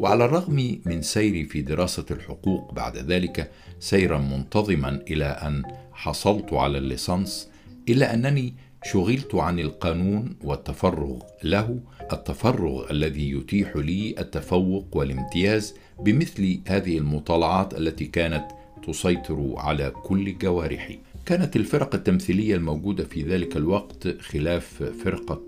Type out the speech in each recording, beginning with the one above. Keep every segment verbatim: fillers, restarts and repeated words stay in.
وعلى الرغم من سيري في دراسة الحقوق بعد ذلك سيرا منتظما إلى أن حصلت على الليسانس، إلا أنني شغلت عن القانون والتفرغ له، التفرغ الذي يتيح لي التفوق والامتياز بمثل هذه المطالعات التي كانت تسيطر على كل جوارحي. كانت الفرق التمثيلية الموجودة في ذلك الوقت خلاف فرقة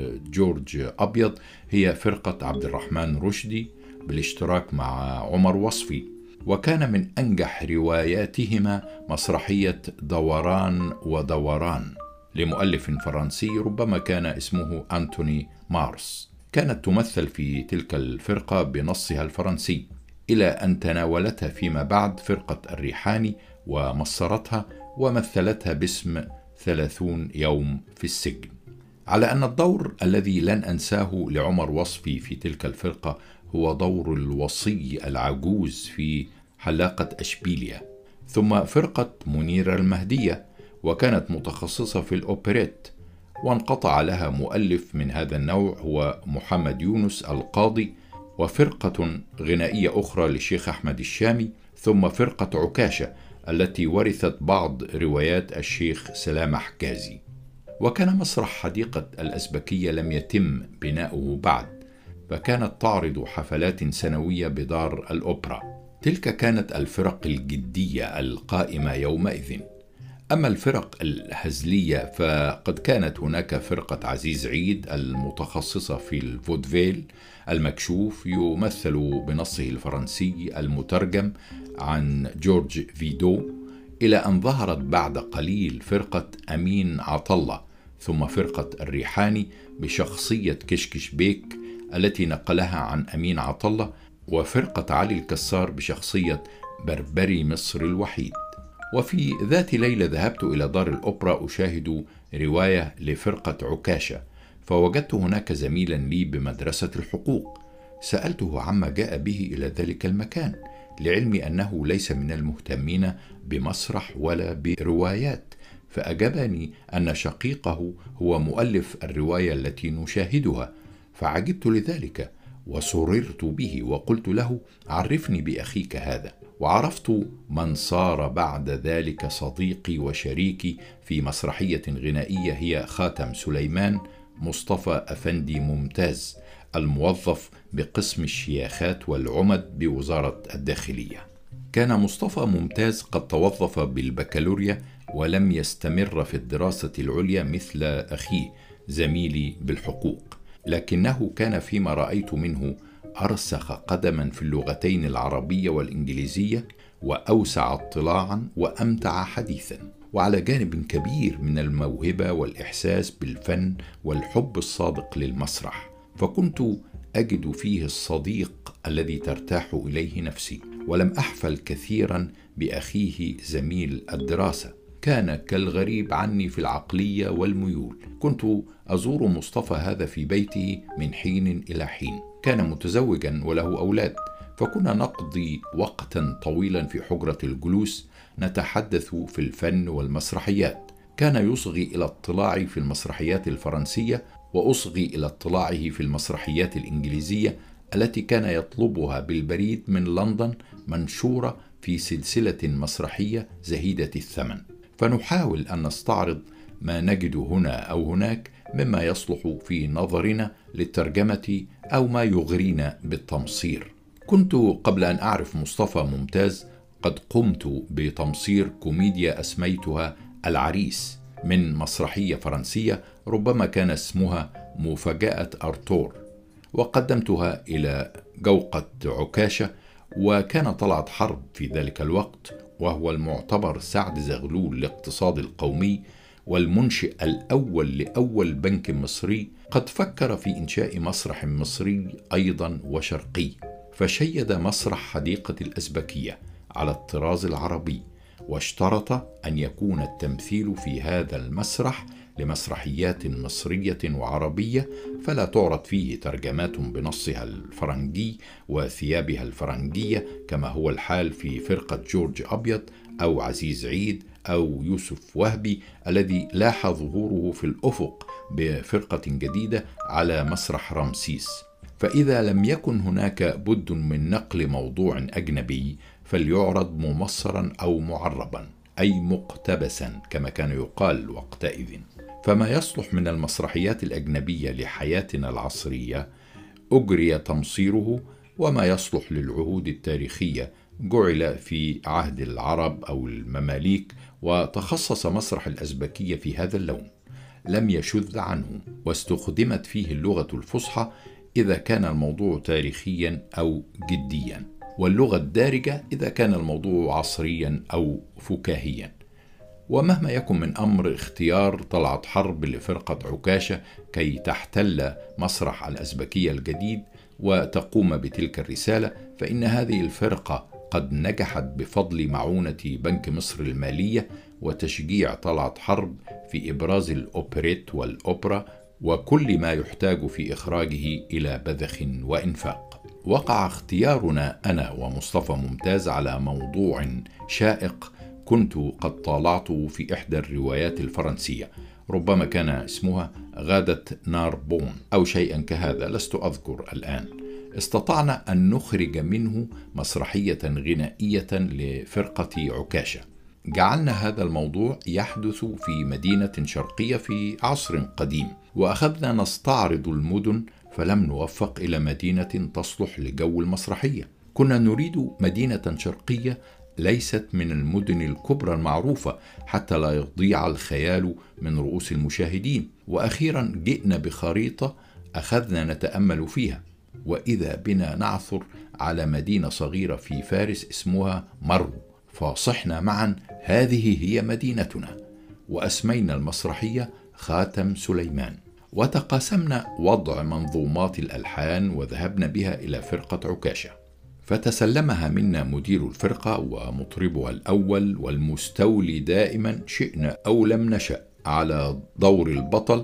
جورج أبيض هي فرقة عبد الرحمن رشدي بالاشتراك مع عمر وصفي، وكان من أنجح رواياتهما مسرحية دوران ودوران لمؤلف فرنسي ربما كان اسمه أنتوني مارس. كانت تمثل في تلك الفرقة بنصها الفرنسي، إلى أن تناولتها فيما بعد فرقة الريحاني ومصرتها ومثلتها باسم ثلاثون يوم في السجن. على أن الدور الذي لن أنساه لعمر وصفي في تلك الفرقة هو دور الوصي العجوز في حلاقة أشبيليا. ثم فرقة منيرة المهدية، وكانت متخصصة في الأوبريت، وانقطع لها مؤلف من هذا النوع هو محمد يونس القاضي، وفرقة غنائية أخرى للشيخ أحمد الشامي، ثم فرقة عكاشة التي ورثت بعض روايات الشيخ سلام حجازي. وكان مسرح حديقة الأزبكية لم يتم بناؤه بعد، فكانت تعرض حفلات سنوية بدار الأوبرا. تلك كانت الفرق الجدية القائمة يومئذ. أما الفرق الهزلية فقد كانت هناك فرقة عزيز عيد المتخصصة في الفودفيل المكشوف، يمثل بنصه الفرنسي المترجم عن جورج فيدو، إلى أن ظهرت بعد قليل فرقة أمين عطلة، ثم فرقة الريحاني بشخصية كشكش بيك التي نقلها عن أمين عطلة، وفرقة علي الكسار بشخصية بربري مصر الوحيد. وفي ذات ليلة ذهبت إلى دار الأوبرا أشاهد رواية لفرقة عكاشة، فوجدت هناك زميلا لي بمدرسة الحقوق. سألته عما جاء به إلى ذلك المكان، لعلمي أنه ليس من المهتمين بمسرح ولا بروايات، فأجابني أن شقيقه هو مؤلف الرواية التي نشاهدها، فعجبت لذلك وسررت به، وقلت له: عرفني بأخيك هذا. وعرفت من صار بعد ذلك صديقي وشريكي في مسرحية غنائية هي خاتم سليمان مصطفى أفندي ممتاز، الموظف بقسم الشياخات والعمد بوزارة الداخلية. كان مصطفى ممتاز قد توظف بالبكالوريا ولم يستمر في الدراسة العليا مثل أخيه زميلي بالحقوق، لكنه كان فيما رأيت منه أرسخ قدما في اللغتين العربية والإنجليزية، وأوسع اطلاعا وأمتع حديثا، وعلى جانب كبير من الموهبة والإحساس بالفن والحب الصادق للمسرح، فكنت أجد فيه الصديق الذي ترتاح إليه نفسي. ولم أحفل كثيرا بأخيه زميل الدراسة، كان كالغريب عني في العقلية والميول. كنت أزور مصطفى هذا في بيته من حين إلى حين. كان متزوجا وله أولاد، فكنا نقضي وقتا طويلا في حجرة الجلوس نتحدث في الفن والمسرحيات. كان يصغي إلى اطلاعي في المسرحيات الفرنسية، وأصغي إلى اطلاعه في المسرحيات الإنجليزية التي كان يطلبها بالبريد من لندن منشورة في سلسلة مسرحية زهيدة الثمن، فنحاول أن نستعرض ما نجد هنا أو هناك مما يصلح في نظرنا للترجمة أو ما يغرينا بالتمصير. كنت قبل أن أعرف مصطفى ممتاز قد قمت بتمصير كوميديا أسميتها العريس من مسرحية فرنسية ربما كان اسمها مفاجأة أرتور، وقدمتها إلى جوقة عكاشة، وكان طلعت حرب في ذلك الوقت، وهو المعتبر سعد زغلول الاقتصاد القومي والمنشئ الأول لأول بنك مصري، قد فكر في إنشاء مسرح مصري أيضا وشرقي، فشيد مسرح حديقة الأزبكية على الطراز العربي، واشترط أن يكون التمثيل في هذا المسرح لمسرحيات مصرية وعربية، فلا تعرض فيه ترجمات بنصها الفرنجي وثيابها الفرنجية كما هو الحال في فرقة جورج أبيض أو عزيز عيد أو يوسف وهبي الذي لاح ظهوره في الأفق بفرقة جديدة على مسرح رمسيس. فإذا لم يكن هناك بد من نقل موضوع أجنبي فليعرض ممصرا أو معربا، أي مقتبسا كما كان يقال وقتئذ. فما يصلح من المسرحيات الأجنبية لحياتنا العصرية أجري تمصيره، وما يصلح للعهود التاريخية جعل في عهد العرب أو المماليك، وتخصص مسرح الأزبكية في هذا اللون، لم يشذ عنه، واستخدمت فيه اللغة الفصحى إذا كان الموضوع تاريخيا أو جديا، واللغة الدارجة إذا كان الموضوع عصريا أو فكاهيا. ومهما يكن من أمر اختيار طلعت حرب لفرقة عكاشة كي تحتل مسرح الأزبكية الجديد وتقوم بتلك الرسالة، فإن هذه الفرقة قد نجحت بفضل معونة بنك مصر المالية وتشجيع طلعت حرب في إبراز الأوبريت والأوبرا وكل ما يحتاج في إخراجه إلى بذخ وإنفاق. وقع اختيارنا أنا ومصطفى ممتاز على موضوع شائق كنت قد طالعته في إحدى الروايات الفرنسية، ربما كان اسمها غادة ناربون أو شيئا كهذا، لست أذكر الآن. استطعنا أن نخرج منه مسرحية غنائية لفرقة عكاشة. جعلنا هذا الموضوع يحدث في مدينة شرقية في عصر قديم، وأخذنا نستعرض المدن فلم نوفق إلى مدينة تصلح لجو المسرحية. كنا نريد مدينة شرقية ليست من المدن الكبرى المعروفة حتى لا يضيع الخيال من رؤوس المشاهدين. وأخيرا جئنا بخريطة أخذنا نتأمل فيها، وإذا بنا نعثر على مدينة صغيرة في فارس اسمها مرو، فصحنا معا هذه هي مدينتنا، وأسمينا المسرحية خاتم سليمان. وتقاسمنا وضع منظومات الألحان وذهبنا بها إلى فرقة عكاشة، فتسلمها منا مدير الفرقة ومطربها الأول والمستولي دائما شئنا أو لم نشأ على دور البطل،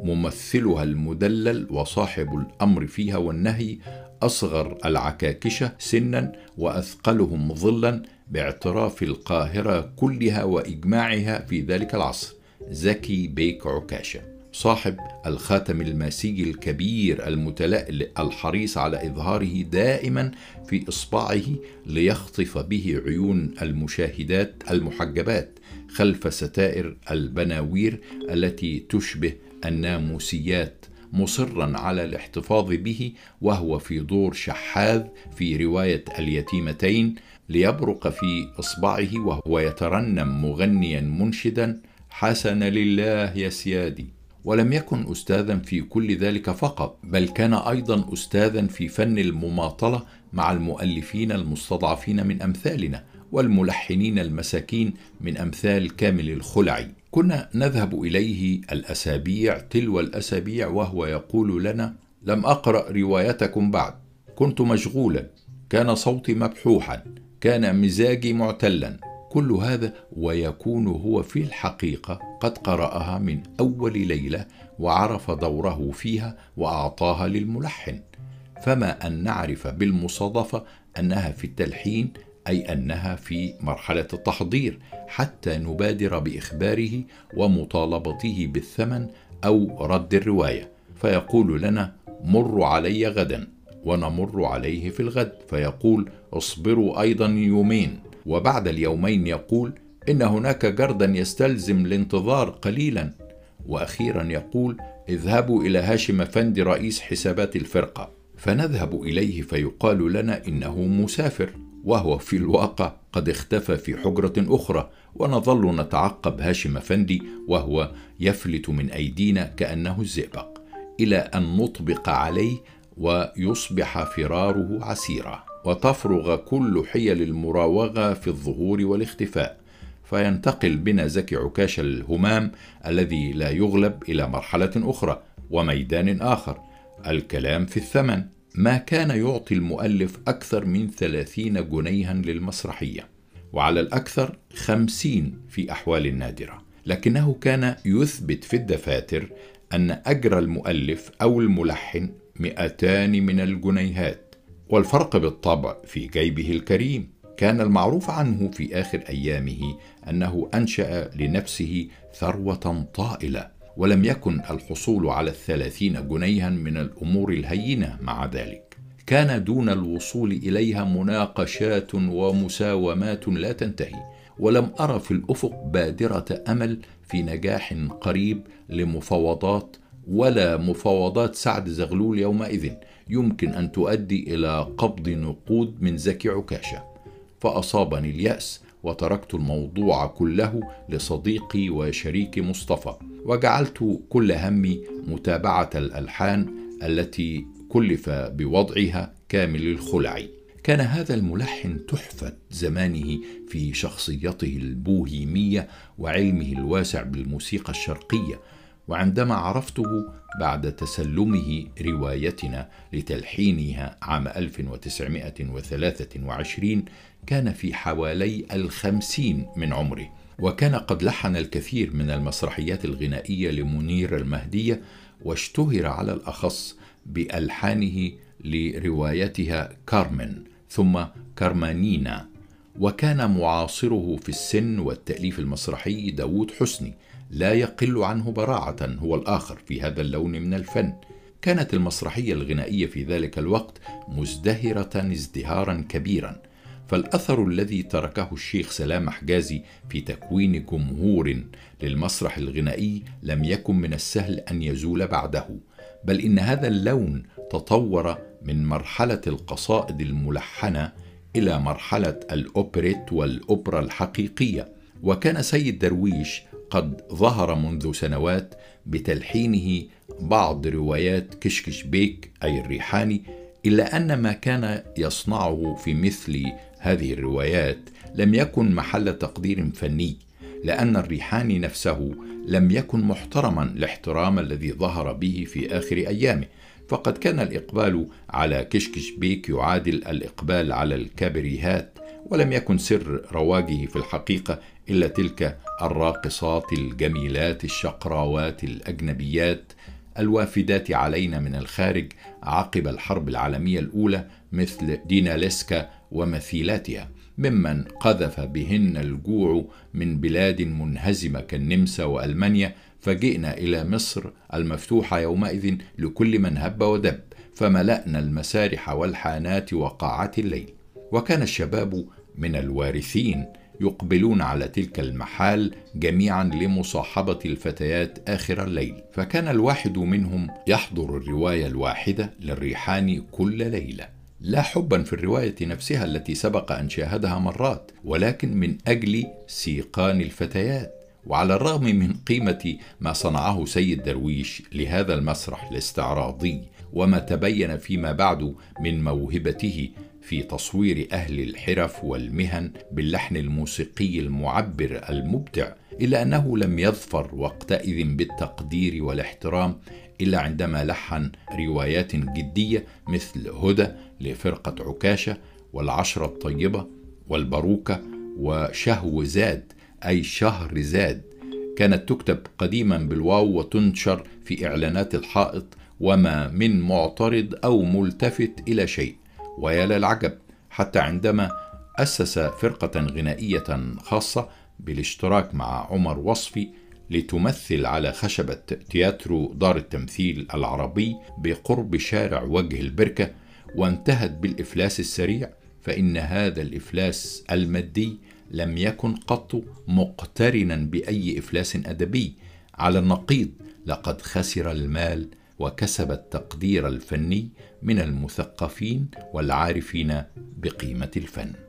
ممثلها المدلل وصاحب الأمر فيها والنهي، أصغر العكاكشة سنا وأثقلهم ظلا باعتراف القاهرة كلها وإجماعها في ذلك العصر، زكي بيك عكاشة، صاحب الخاتم الماسي الكبير المتلألئ الحريص على إظهاره دائما في إصبعه ليخطف به عيون المشاهدات المحجبات خلف ستائر البناوير التي تشبه الناموسيات، مصرا على الاحتفاظ به وهو في دور شحاذ في رواية اليتيمتين، ليبرق في إصبعه وهو يترنم مغنيا منشدا: حسن لله يا سيادي. ولم يكن أستاذا في كل ذلك فقط، بل كان أيضا أستاذا في فن المماطلة مع المؤلفين المستضعفين من أمثالنا والملحنين المساكين من أمثال كامل الخلعي. كنا نذهب إليه الأسابيع تلو الأسابيع وهو يقول لنا: لم أقرأ روايتكم بعد، كنت مشغولا، كان صوتي مبحوحا، كان مزاجي معتلا. كل هذا ويكون هو في الحقيقة قد قرأها من أول ليلة وعرف دوره فيها وأعطاها للملحن، فما أن نعرف بالمصادفة أنها في التلحين، أي أنها في مرحلة التحضير، حتى نبادر بإخباره ومطالبته بالثمن أو رد الرواية، فيقول لنا: مروا علي غدا، ونمر عليه في الغد فيقول: اصبروا أيضا يومين، وبعد اليومين يقول: إن هناك جردا يستلزم الانتظار قليلا، وأخيرا يقول: اذهبوا إلى هاشم أفندي رئيس حسابات الفرقة. فنذهب إليه فيقال لنا إنه مسافر، وهو في الواقع قد اختفى في حجرة أخرى، ونظل نتعقب هاشم أفندي وهو يفلت من أيدينا كأنه الزئبق، إلى أن نطبق عليه ويصبح فراره عسيرا، وتفرغ كل حيل المراوغة في الظهور والاختفاء، فينتقل بنا زكي عكاشة الهمام الذي لا يغلب إلى مرحلة أخرى وميدان آخر، الكلام في الثمن. ما كان يعطي المؤلف أكثر من ثلاثين جنيها للمسرحية، وعلى الأكثر خمسين في أحوال نادرة، لكنه كان يثبت في الدفاتر أن أجر المؤلف أو الملحن مئتان من الجنيهات، والفرق بالطبع في جيبه الكريم. كان المعروف عنه في آخر أيامه أنه أنشأ لنفسه ثروة طائلة، ولم يكن الحصول على الثلاثين جنيها من الأمور الهينة مع ذلك. كان دون الوصول إليها مناقشات ومساومات لا تنتهي، ولم أرى في الأفق بادرة أمل في نجاح قريب لمفاوضات، ولا مفاوضات سعد زغلول يومئذ يمكن أن تؤدي إلى قبض نقود من زكي عكاشة. فأصابني اليأس، وتركت الموضوع كله لصديقي وشريكي مصطفى، وجعلت كل همي متابعة الألحان التي كلف بوضعها كامل الخلعي. كان هذا الملحن تحفة زمانه في شخصيته البوهيمية وعلمه الواسع بالموسيقى الشرقية. وعندما عرفته بعد تسلمه روايتنا لتلحينها عام ألف وتسعمائة وثلاثة وعشرين كان في حوالي الخمسين من عمره، وكان قد لحن الكثير من المسرحيات الغنائية لمنير المهدية، واشتهر على الأخص بألحانه لروايتها كارمن ثم كارمانينا. وكان معاصره في السن والتأليف المسرحي داود حسني، لا يقل عنه براعة هو الآخر في هذا اللون من الفن. كانت المسرحية الغنائية في ذلك الوقت مزدهرة ازدهارا كبيرا، فالأثر الذي تركه الشيخ سلام حجازي في تكوين جمهور للمسرح الغنائي لم يكن من السهل أن يزول بعده، بل إن هذا اللون تطور من مرحلة القصائد الملحنة إلى مرحلة الأوبريت والأوبرا الحقيقية. وكان سيد درويش قد ظهر منذ سنوات بتلحينه بعض روايات كشكش بيك أي الريحاني، إلا أن ما كان يصنعه في مثل هذه الروايات لم يكن محل تقدير فني، لأن الريحاني نفسه لم يكن محترما الاحترام الذي ظهر به في آخر أيامه، فقد كان الإقبال على كشكش بيك يعادل الإقبال على الكابريهات، ولم يكن سر رواجه في الحقيقة إلا تلك الراقصات الجميلات الشقراوات الأجنبيات الوافدات علينا من الخارج عقب الحرب العالمية الأولى، مثل دينا ليسكا ومثيلاتها، ممن قذف بهن الجوع من بلاد منهزمة كالنمسا وألمانيا، فجئنا إلى مصر المفتوحة يومئذ لكل من هب ودب، فملأنا المسارح والحانات وقاعات الليل. وكان الشباب من الوارثين يقبلون على تلك المحال جميعا لمصاحبة الفتيات آخر الليل، فكان الواحد منهم يحضر الرواية الواحدة للريحاني كل ليلة، لا حبا في الرواية نفسها التي سبق أن شاهدها مرات، ولكن من أجل سيقان الفتيات. وعلى الرغم من قيمة ما صنعه سيد درويش لهذا المسرح الاستعراضي، وما تبين فيما بعد من موهبته في تصوير أهل الحرف والمهن باللحن الموسيقي المعبر المبدع، إلا أنه لم يظفر وقتئذ بالتقدير والاحترام إلا عندما لحن روايات جدية مثل هدى لفرقة عكاشة، والعشرة الطيبة، والباروكة، وشهو زاد أي شهر زاد، كانت تكتب قديما بالواو وتنشر في إعلانات الحائط، وما من معترض أو ملتفت إلى شيء. ويا للعجب، حتى عندما أسس فرقة غنائية خاصة بالاشتراك مع عمر وصفي لتمثل على خشبة تياترو دار التمثيل العربي بقرب شارع وجه البركة، وانتهت بالإفلاس السريع، فإن هذا الإفلاس المادي لم يكن قط مقترنا بأي إفلاس أدبي. على النقيض، لقد خسر المال وكسب التقدير الفني من المثقفين والعارفين بقيمة الفن.